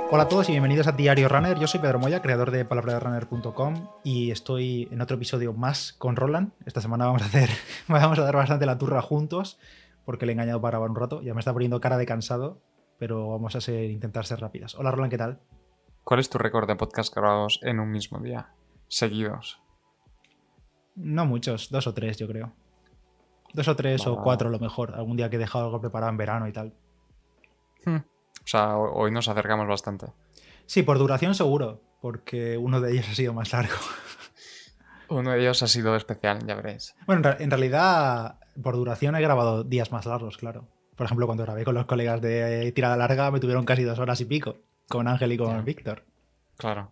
Hola a todos y bienvenidos a Diario Runner. Yo soy Pedro Moya, creador de palabraderunner.com y estoy en otro episodio más con Roland. Esta semana vamos a dar bastante la turra juntos porque le he engañado para grabar un rato. Ya me está poniendo cara de cansado, pero vamos a intentar ser rápidas. Hola Roland, ¿qué tal? ¿Cuál es tu récord de podcast grabados en un mismo día? Seguidos. No muchos, 2 o 3 yo creo. 2 o 3 o 4 a lo mejor. Algún día que he dejado algo preparado en verano y tal. O sea, hoy nos acercamos bastante. Sí, por duración seguro, porque uno de ellos ha sido más largo. Uno de ellos ha sido especial, ya veréis. Bueno, en realidad, por duración he grabado días más largos, claro. Por ejemplo, cuando grabé con los colegas de tirada larga me tuvieron casi 2 horas y pico, con Ángel y con Víctor. Claro.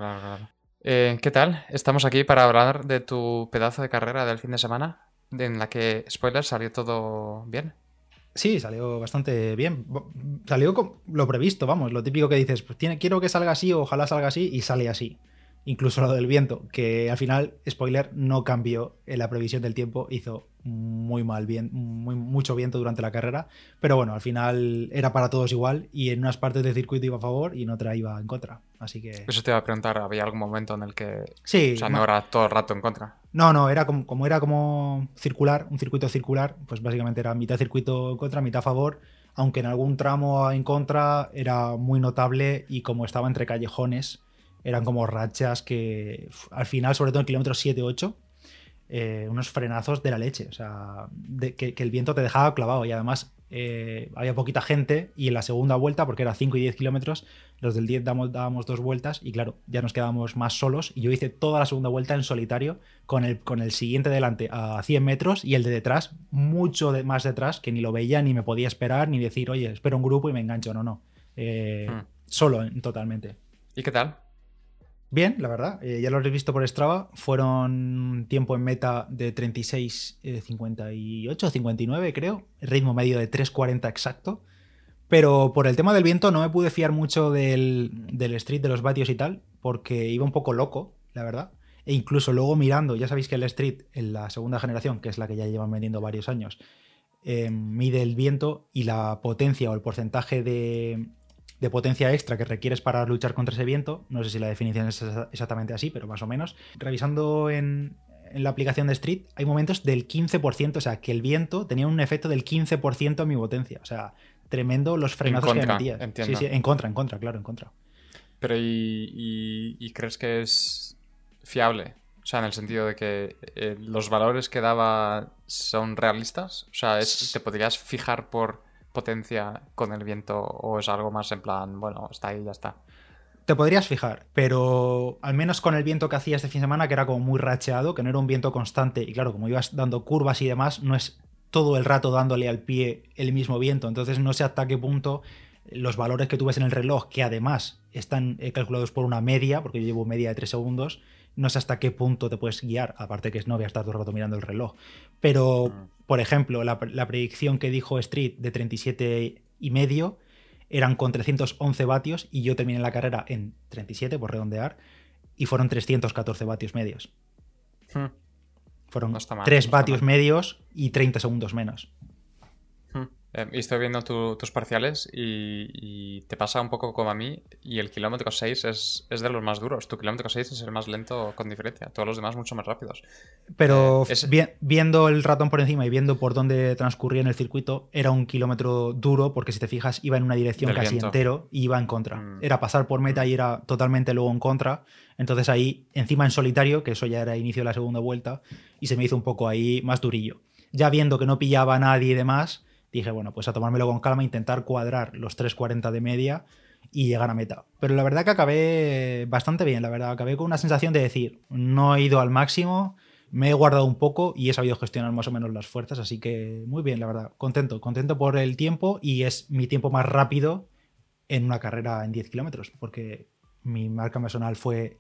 ¿Qué tal? Estamos aquí para hablar de tu pedazo de carrera del fin de semana, en la que, spoiler, salió todo bien. Sí, salió bastante bien. Salió con lo previsto, vamos, lo típico que dices, pues quiero que salga así, ojalá salga así, y sale así. Incluso lo del viento, que al final, spoiler, no cambió en la previsión del tiempo, hizo muy mal, mucho viento durante la carrera, pero bueno, al final era para todos igual y en unas partes del circuito iba a favor y en otra iba en contra, así que... Eso te iba a preguntar, ¿había algún momento en el que... Sí, O sea, no era todo el rato en contra? No, era como circular, un circuito circular, pues básicamente era mitad circuito en contra, mitad a favor, aunque en algún tramo en contra era muy notable y como estaba entre callejones, eran como rachas que al final, sobre todo en el kilómetro 7-8, unos frenazos de la leche, o sea, que el viento te dejaba clavado y además había poquita gente y en la segunda vuelta, porque era 5 y 10 kilómetros, los del 10 dábamos 2 vueltas y claro, ya nos quedábamos más solos y yo hice toda la segunda vuelta en solitario con el siguiente delante a 100 metros y el de detrás mucho más detrás, que ni lo veía ni me podía esperar ni decir, oye, espero un grupo y me engancho, no. Solo totalmente. ¿Y qué tal? Bien, la verdad, ya lo habréis visto por Strava, fueron tiempo en meta de 36:58, 59 creo, ritmo medio de 3:40 exacto, pero por el tema del viento no me pude fiar mucho del street, de los vatios y tal, porque iba un poco loco, la verdad, e incluso luego mirando, ya sabéis que el street en la segunda generación, que es la que ya llevan vendiendo varios años, mide el viento y la potencia o el porcentaje de potencia extra que requieres para luchar contra ese viento. No sé si la definición es exactamente así, pero más o menos. Revisando en la aplicación de Street, hay momentos del 15%, o sea, que el viento tenía un efecto del 15% en mi potencia. O sea, tremendo los frenazos que me metía. Entiendo. Sí, en contra, claro, en contra. Pero ¿y crees que es fiable? O sea, en el sentido de que los valores que daba son realistas. O sea, ¿te podrías fijar por potencia con el viento o es algo más en plan, bueno, está ahí, ya está? Te podrías fijar, pero al menos con el viento que hacía este fin de semana, que era como muy racheado, que no era un viento constante, y claro, como ibas dando curvas y demás, no es todo el rato dándole al pie el mismo viento, entonces no sé hasta qué punto los valores que tú ves en el reloj, que además están calculados por una media, porque yo llevo media de 3 segundos, no sé hasta qué punto te puedes guiar, aparte que no voy a estar todo el rato mirando el reloj. Pero, por ejemplo, la predicción que dijo Street de 37,5 eran con 311 vatios y yo terminé la carrera en 37, por redondear, y fueron 314 vatios medios. Fueron no mal, 3 vatios medios y 30 segundos menos. Y estoy viendo tus parciales y te pasa un poco como a mí, y el kilómetro 6 es de los más duros. Tu kilómetro 6 es el más lento con diferencia, todos los demás mucho más rápidos. Pero viendo el ratón por encima y viendo por dónde transcurría en el circuito, era un kilómetro duro porque si te fijas iba en una dirección del casi viento. Entero y iba en contra. Era pasar por meta y era totalmente luego en contra. Entonces ahí, encima en solitario, que eso ya era inicio de la segunda vuelta, y se me hizo un poco ahí más durillo. Ya viendo que no pillaba a nadie y demás, dije, bueno, pues a tomármelo con calma, intentar cuadrar los 3:40 de media y llegar a meta. Pero la verdad que acabé bastante bien, la verdad. Acabé con una sensación de decir, no he ido al máximo, me he guardado un poco y he sabido gestionar más o menos las fuerzas, así que muy bien, la verdad. Contento por el tiempo y es mi tiempo más rápido en una carrera en 10 kilómetros, porque mi marca personal fue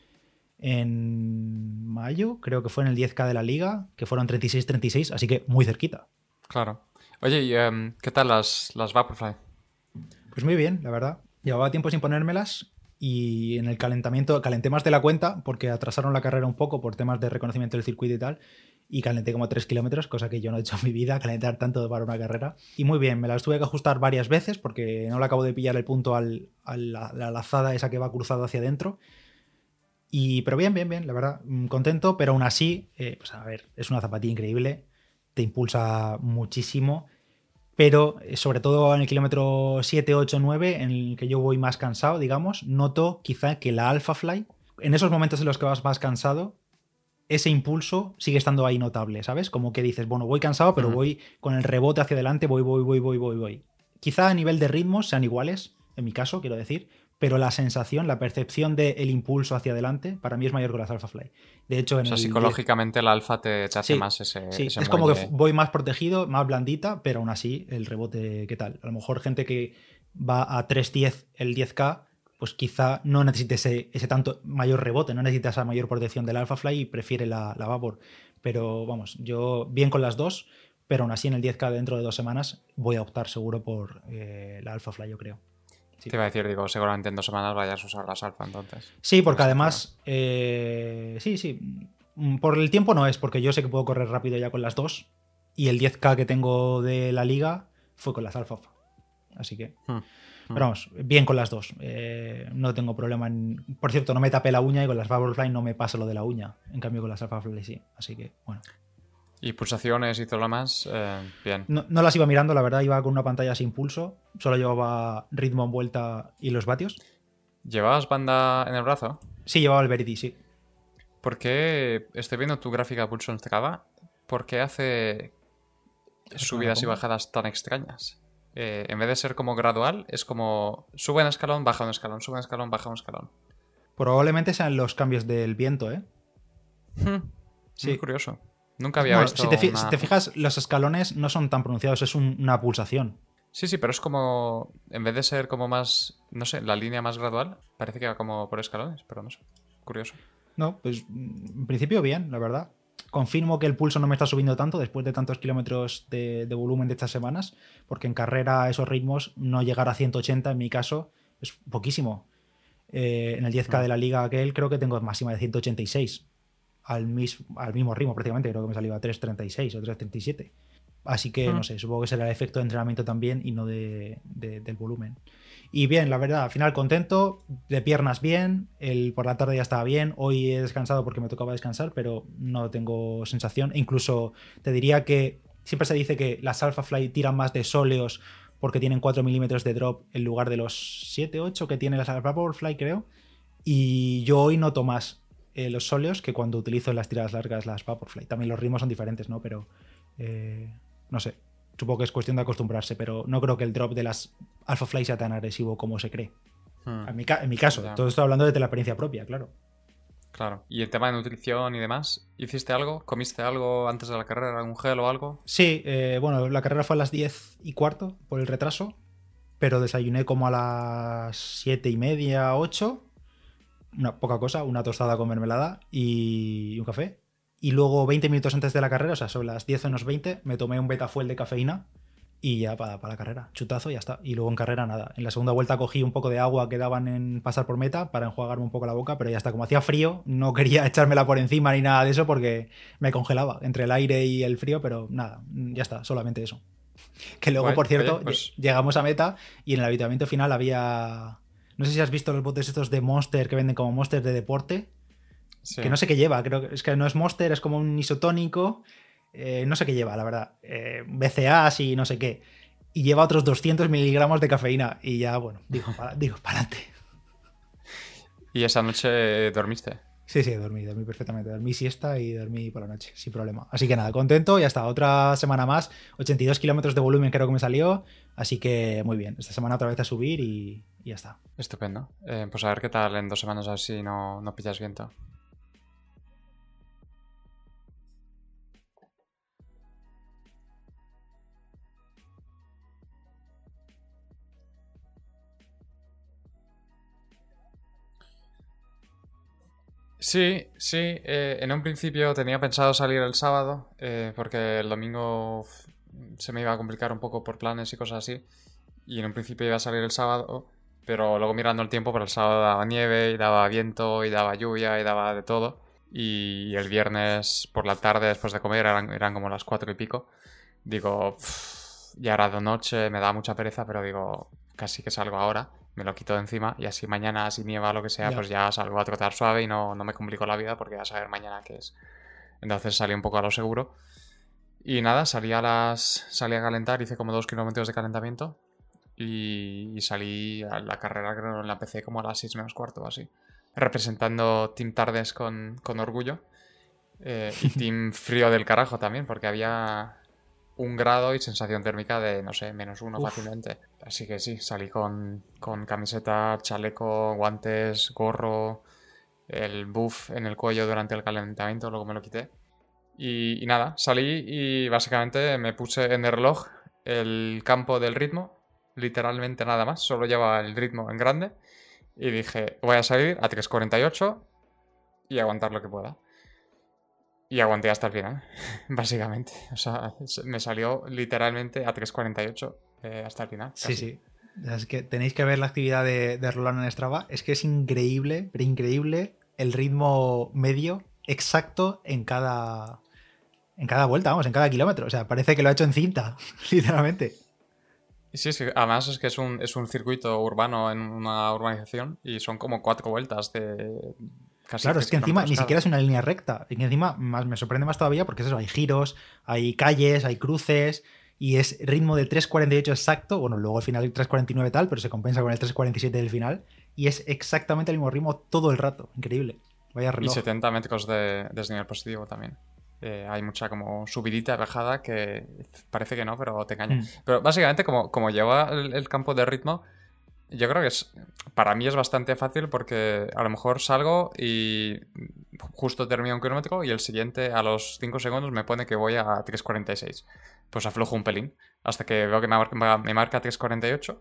en mayo, creo que fue en el 10K de la liga, que fueron 36-36, así que muy cerquita. Claro. Oye, ¿y qué tal las Vaporfly? Pues muy bien, la verdad. Llevaba tiempo sin ponérmelas y en el calentamiento calenté más de la cuenta porque atrasaron la carrera un poco por temas de reconocimiento del circuito y tal. y calenté como 3 kilómetros, cosa que yo no he hecho en mi vida, calentar tanto para una carrera. Y muy bien, me las tuve que ajustar varias veces porque no le acabo de pillar el punto a la lazada esa que va cruzado hacia adentro. Pero bien, la verdad, contento, pero aún así, pues a ver, es una zapatilla increíble, te impulsa muchísimo, pero sobre todo en el kilómetro 7, 8, 9, en el que yo voy más cansado, digamos, noto quizá que la Alphafly, en esos momentos en los que vas más cansado, ese impulso sigue estando ahí notable, ¿sabes? Como que dices, bueno, voy cansado, pero voy con el rebote hacia adelante, voy. Quizá a nivel de ritmos sean iguales, en mi caso, quiero decir, pero la sensación, la percepción del impulso hacia adelante, para mí es mayor que las Alphafly. De hecho, o sea, psicológicamente la alfa te hace más ese es muelle. como que voy más protegido, más blandita, pero aún así el rebote, ¿qué tal? A lo mejor gente que va a 3.10 el 10K, pues quizá no necesite ese tanto mayor rebote, no necesita esa mayor protección del Alphafly y prefiere la Vapor. Pero vamos, yo bien con las dos, pero aún así en el 10K dentro de 2 semanas voy a optar seguro por la Alphafly, yo creo. Sí. Te iba a decir, digo, seguramente en 2 semanas vayas a usar las alfa entonces. Sí, porque además, sí, por el tiempo no es, porque yo sé que puedo correr rápido ya con las dos y el 10K que tengo de la liga fue con las alfa. Así que... Pero vamos, bien con las dos. No tengo problema en... Por cierto, no me tapé la uña y con las Vaporfly no me pasa lo de la uña. En cambio, con las Alphafly sí. Así que, bueno. ¿Y pulsaciones y todo lo demás? Bien. No las iba mirando, la verdad. Iba con una pantalla sin pulso. Solo llevaba ritmo en vuelta y los vatios. ¿Llevabas banda en el brazo? Sí, llevaba el Verity, sí. ¿Por qué? Estoy viendo tu gráfica de pulso en Strava. ¿Por qué hace subidas y bajadas tan extrañas? En vez de ser como gradual, es como sube un escalón, baja un escalón, sube un escalón, baja un escalón. Probablemente sean los cambios del viento, ¿eh? Sí. Muy curioso. Nunca había visto si te fijas, los escalones no son tan pronunciados, es una pulsación. Sí, pero es como... En vez de ser como más... No sé, la línea más gradual, parece que va como por escalones, pero no sé. Curioso. No, pues en principio bien, la verdad. Confirmo que el pulso no me está subiendo tanto después de tantos kilómetros de volumen de estas semanas, porque en carrera a esos ritmos no llegar a 180 en mi caso es poquísimo. En el 10K de la liga aquel creo que tengo máxima de 186 al mismo ritmo prácticamente, creo que me salió a 3.36 o 3.37. Así que no sé, supongo que será el efecto de entrenamiento también y no del volumen. Y bien, la verdad, al final contento, de piernas bien, por la tarde ya estaba bien, hoy he descansado porque me tocaba descansar, pero no tengo sensación. E incluso te diría que siempre se dice que las Alphafly tiran más de sóleos porque tienen 4 milímetros de drop en lugar de los 7, 8 que tienen las Vaporfly, creo. Y yo hoy noto más los sóleos que cuando utilizo en las tiradas largas las Vaporfly. También los ritmos son diferentes, ¿no? Pero no sé. Supongo que es cuestión de acostumbrarse, pero no creo que el drop de las Alphafly sea tan agresivo como se cree. En mi caso, todo estoy hablando de la experiencia propia, claro. Claro. ¿Y el tema de nutrición y demás? ¿Hiciste algo? ¿Comiste algo antes de la carrera? ¿Algún gel o algo? Sí, bueno, la carrera fue a las 10:15 por el retraso, pero desayuné como a las 7:30, 8. Una poca cosa, una tostada con mermelada y un café. Y luego 20 minutos antes de la carrera, o sea, sobre las 10 menos 20, me tomé un Betafuel de cafeína y ya para la carrera. Chutazo y ya está. Y luego en carrera nada. En la segunda vuelta cogí un poco de agua que daban en pasar por meta para enjuagarme un poco la boca, pero ya está. Como hacía frío, no quería echármela por encima ni nada de eso porque me congelaba entre el aire y el frío, pero nada, ya está, solamente eso. Que luego, por cierto, llegamos a meta y en el habituamiento final había... No sé si has visto los botes estos de Monster que venden como Monster de deporte. Sí. Que no sé qué lleva, creo que es que no es Monster, es como un isotónico, no sé qué lleva, la verdad, BCAAs y no sé qué, y lleva otros 200 miligramos de cafeína, y ya, bueno, digo, para adelante. ¿Y esa noche dormiste? Sí, dormí perfectamente, dormí siesta y dormí por la noche, sin problema. Así que nada, contento, ya está, otra semana más, 82 kilómetros de volumen creo que me salió, así que muy bien, esta semana otra vez a subir y ya está. Estupendo, pues a ver qué tal en 2 semanas, a ver si no pillas viento. Sí, en un principio tenía pensado salir el sábado, porque el domingo se me iba a complicar un poco por planes y cosas así, y en un principio iba a salir el sábado, pero luego mirando el tiempo, para el sábado daba nieve, y daba viento, y daba lluvia, y daba de todo, Y el viernes por la tarde, después de comer, eran como las 4 y pico. Digo, ya era de noche, me da mucha pereza, pero digo, casi que salgo ahora, me lo quito de encima y así mañana, si nieva o lo que sea, pues ya salgo a trotar suave y no me complico la vida porque ya a saber mañana qué es. Entonces salí un poco a lo seguro. Y nada, salí a calentar, hice como 2 kilómetros de calentamiento y salí a la carrera, creo, en la PC como a las 6 menos cuarto o así. Representando Team Tardes con orgullo. Y Team Frío del carajo también, porque había 1 grado y sensación térmica de, no sé, -1 fácilmente. Así que sí, salí con camiseta, chaleco, guantes, gorro, el buff en el cuello durante el calentamiento, luego me lo quité. Y nada, salí y básicamente me puse en el reloj el campo del ritmo, literalmente nada más, solo lleva el ritmo en grande. Y dije, voy a salir a 3:48 y aguantar lo que pueda. Y aguanté hasta el final, básicamente. O sea, me salió literalmente a 3:48 hasta el final. Casi. Sí. Es que tenéis que ver la actividad de Roland en Strava. Es que es increíble, pero increíble el ritmo medio exacto en cada vuelta, vamos, en cada kilómetro. O sea, parece que lo ha hecho en cinta, literalmente. Sí, además es que es un circuito urbano en una urbanización y son como 4 vueltas de casi. Claro, es que encima ni siquiera es una línea recta. Y encima me sorprende más todavía porque es eso, hay giros, hay calles, hay cruces y es ritmo de 3:48 exacto. Bueno, luego al final hay 3:49 tal, pero se compensa con el 3:47 del final y es exactamente el mismo ritmo todo el rato. Increíble. Vaya reloj. Y 70 metros de desnivel positivo también. Hay mucha como subidita, bajada, que parece que no, pero te engaña. Pero básicamente como lleva el campo de ritmo, yo creo que para mí es bastante fácil porque a lo mejor salgo y justo termino un kilómetro y el siguiente a los 5 segundos me pone que voy a 3:46. Pues aflojo un pelín hasta que veo que me marca 3:48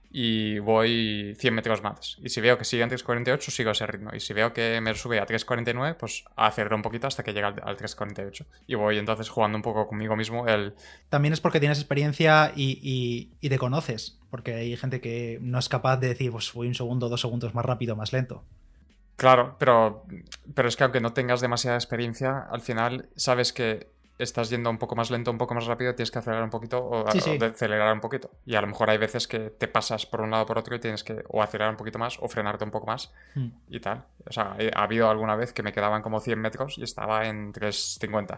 y voy 100 metros más. Y si veo que sigue en 3:48, sigo ese ritmo. Y si veo que me sube a 3:49, pues acelero un poquito hasta que llega al 3:48. Y voy entonces jugando un poco conmigo mismo. También es porque tienes experiencia y te conoces. Porque hay gente que no es capaz de decir, pues voy 1 segundo, 2 segundos más rápido, más lento. Claro, pero es que aunque no tengas demasiada experiencia, al final sabes que estás yendo un poco más lento, un poco más rápido, tienes que acelerar un poquito o acelerar un poquito. Y a lo mejor hay veces que te pasas por un lado o por otro y tienes que o acelerar un poquito más o frenarte un poco más y tal. O sea, ha habido alguna vez que me quedaban como 100 metros y estaba en 3:50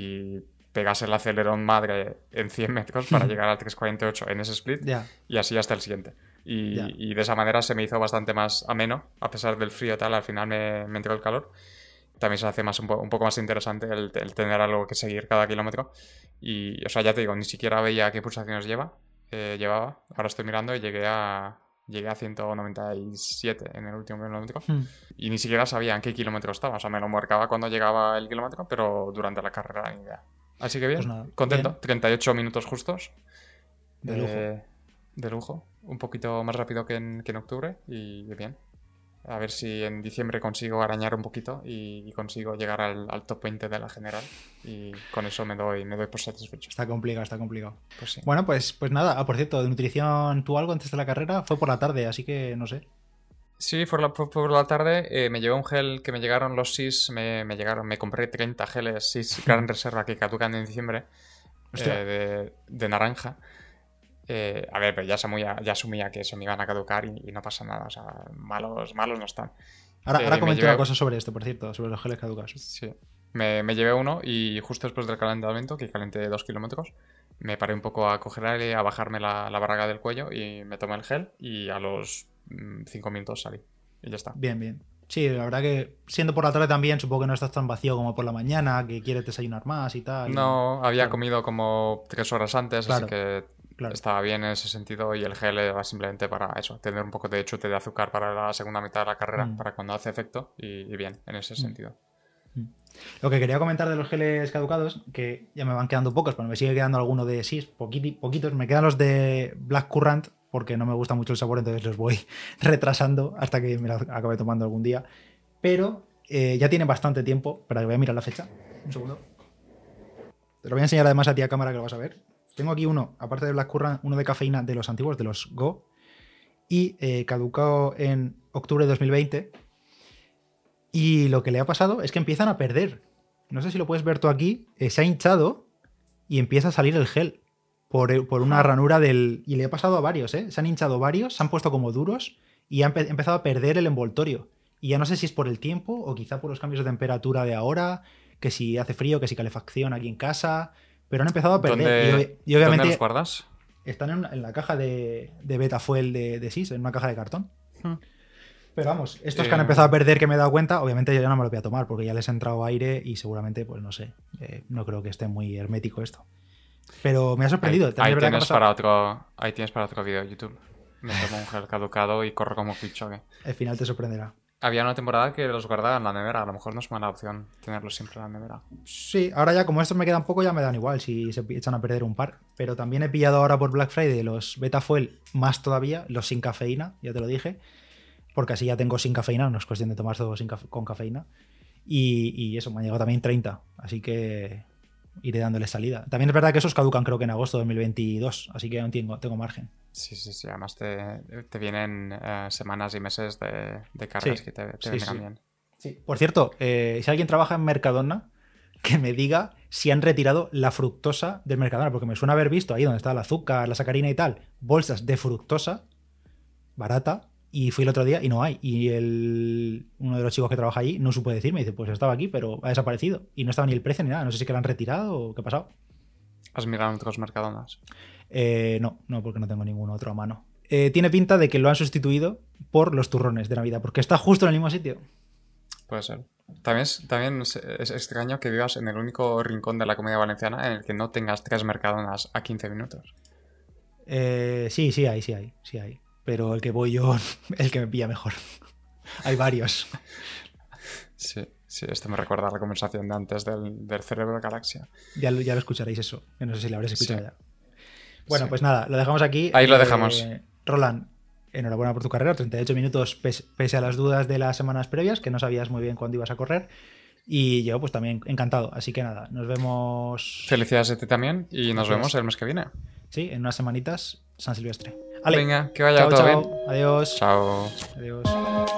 y pegas el acelerón madre en 100 metros para llegar al 3:48 en ese split y así hasta el siguiente. Y de esa manera se me hizo bastante más ameno, a pesar del frío y tal, al final me entró el calor. También se hace un poco más interesante el tener algo que seguir cada kilómetro. Y, o sea, ya te digo, ni siquiera veía qué pulsaciones llevaba. Ahora estoy mirando y llegué a 197 en el último kilómetro. Y ni siquiera sabía en qué kilómetro estaba. O sea, me lo marcaba cuando llegaba el kilómetro, pero durante la carrera ni idea. Así que bien, pues nada, contento. Bien. 38 minutos justos. De lujo. De lujo. Un poquito más rápido que en octubre y bien. A ver si en diciembre consigo arañar un poquito y consigo llegar al top 20 de la general. Y con eso me doy por satisfecho. Está complicado. Pues sí. Bueno, pues nada. Por cierto, de nutrición, ¿tú algo antes de la carrera? Fue por la tarde, así que no sé. Sí, por la tarde me llevé un gel que me llegaron los SIS. Me compré 30 geles SIS Gran Reserva que caducan en diciembre. De naranja. A ver, pero ya asumía que se me iban a caducar y no pasa nada. O sea, malos no están. Ahora comenté una cosa sobre esto, por cierto, sobre los geles caducados. Sí. Me llevé uno y justo después del calentamiento, que calenté 2 kilómetros, me paré un poco a coger aire, a bajarme la barraga del cuello y me tomé el gel y a los 5 minutos salí. Y ya está. Bien. Sí, la verdad que siendo por la tarde también, supongo que no estás tan vacío como por la mañana, que quieres desayunar más y tal. No, había comido como 3 horas antes, así que estaba bien en ese sentido y el gel era simplemente para eso, tener un poco de chute de azúcar para la segunda mitad de la carrera, para cuando hace efecto y bien, en ese sentido. Lo que quería comentar de los geles caducados, que ya me van quedando pocos, pero me sigue quedando alguno de SIS, poquitos, me quedan los de Black Currant, porque no me gusta mucho el sabor, entonces los voy retrasando hasta que me los acabe tomando algún día. Pero ya tiene bastante tiempo, para que voy a mirar la fecha. Un segundo. Te lo voy a enseñar además a ti a cámara que lo vas a ver. Tengo aquí uno, aparte de Black Currant, uno de cafeína de los antiguos, de los Go, y caducado en octubre de 2020. Y lo que le ha pasado es que empiezan a perder. No sé si lo puedes ver tú aquí. Se ha hinchado y empieza a salir el gel por una ranura del... Y le ha pasado a varios, ¿eh? Se han hinchado varios, se han puesto como duros y ha empezado a perder el envoltorio. Y ya no sé si es por el tiempo o quizá por los cambios de temperatura de ahora, que si hace frío, que si calefacción aquí en casa, pero han empezado a perder. Y obviamente ¿dónde los guardas? Están en la caja de Betafuel de SIS, en una caja de cartón. Pero vamos, estos que han empezado a perder, que me he dado cuenta, obviamente yo ya no me lo voy a tomar porque ya les ha entrado aire y seguramente, pues no sé, no creo que esté muy hermético esto. Pero me ha sorprendido. Ahí tienes para otro vídeo de YouTube. Me tomo un gel caducado y corro como Kipchoge. Al final te sorprenderá. Había una temporada que los guardaba en la nevera. A lo mejor no es mala opción tenerlos siempre en la nevera. Sí, ahora ya como estos me quedan poco ya me dan igual si se echan a perder un par. Pero también he pillado ahora por Black Friday los Betafuel más todavía, los sin cafeína, ya te lo dije. Porque así ya tengo sin cafeína, no es cuestión de tomar todo con cafeína. Y eso, me han llegado también 30. Así que iré dándole salida. También es verdad que esos caducan creo que en agosto de 2022. Así que aún tengo margen. Sí. Además te vienen semanas y meses de cargas que te vengan bien. Sí. Por cierto, si alguien trabaja en Mercadona, que me diga si han retirado la fructosa del Mercadona. Porque me suena haber visto ahí donde está el azúcar, la sacarina y tal, bolsas de fructosa barata. Y fui el otro día y no hay. Y uno de los chicos que trabaja allí no supo decirme. Dice, pues estaba aquí, pero ha desaparecido. Y no estaba ni el precio ni nada. No sé si que lo han retirado o qué ha pasado. ¿Has mirado en otros Mercadonas? No, porque no tengo ningún otro a mano. Tiene pinta de que lo han sustituido por los turrones de Navidad, porque está justo en el mismo sitio. Puede ser. También es extraño que vivas en el único rincón de la Comunidad Valenciana en el que no tengas 3 Mercadonas a 15 minutos. Sí hay. Pero el que voy yo, el que me pilla mejor. Hay varios. Sí, esto me recuerda a la conversación de antes del cerebro de galaxia. Ya lo escucharéis eso. Yo no sé si lo habréis escuchado ya. Bueno, pues nada, lo dejamos aquí. Ahí lo dejamos. Roland, enhorabuena por tu carrera. 38 minutos pese a las dudas de las semanas previas, que no sabías muy bien cuándo ibas a correr. Y yo pues también encantado. Así que nada, nos vemos... Felicidades a ti también y nos vemos el mes que viene. Sí, en unas semanitas, San Silvestre. Venga, que vaya todo bien. Adiós. Chao. Adiós.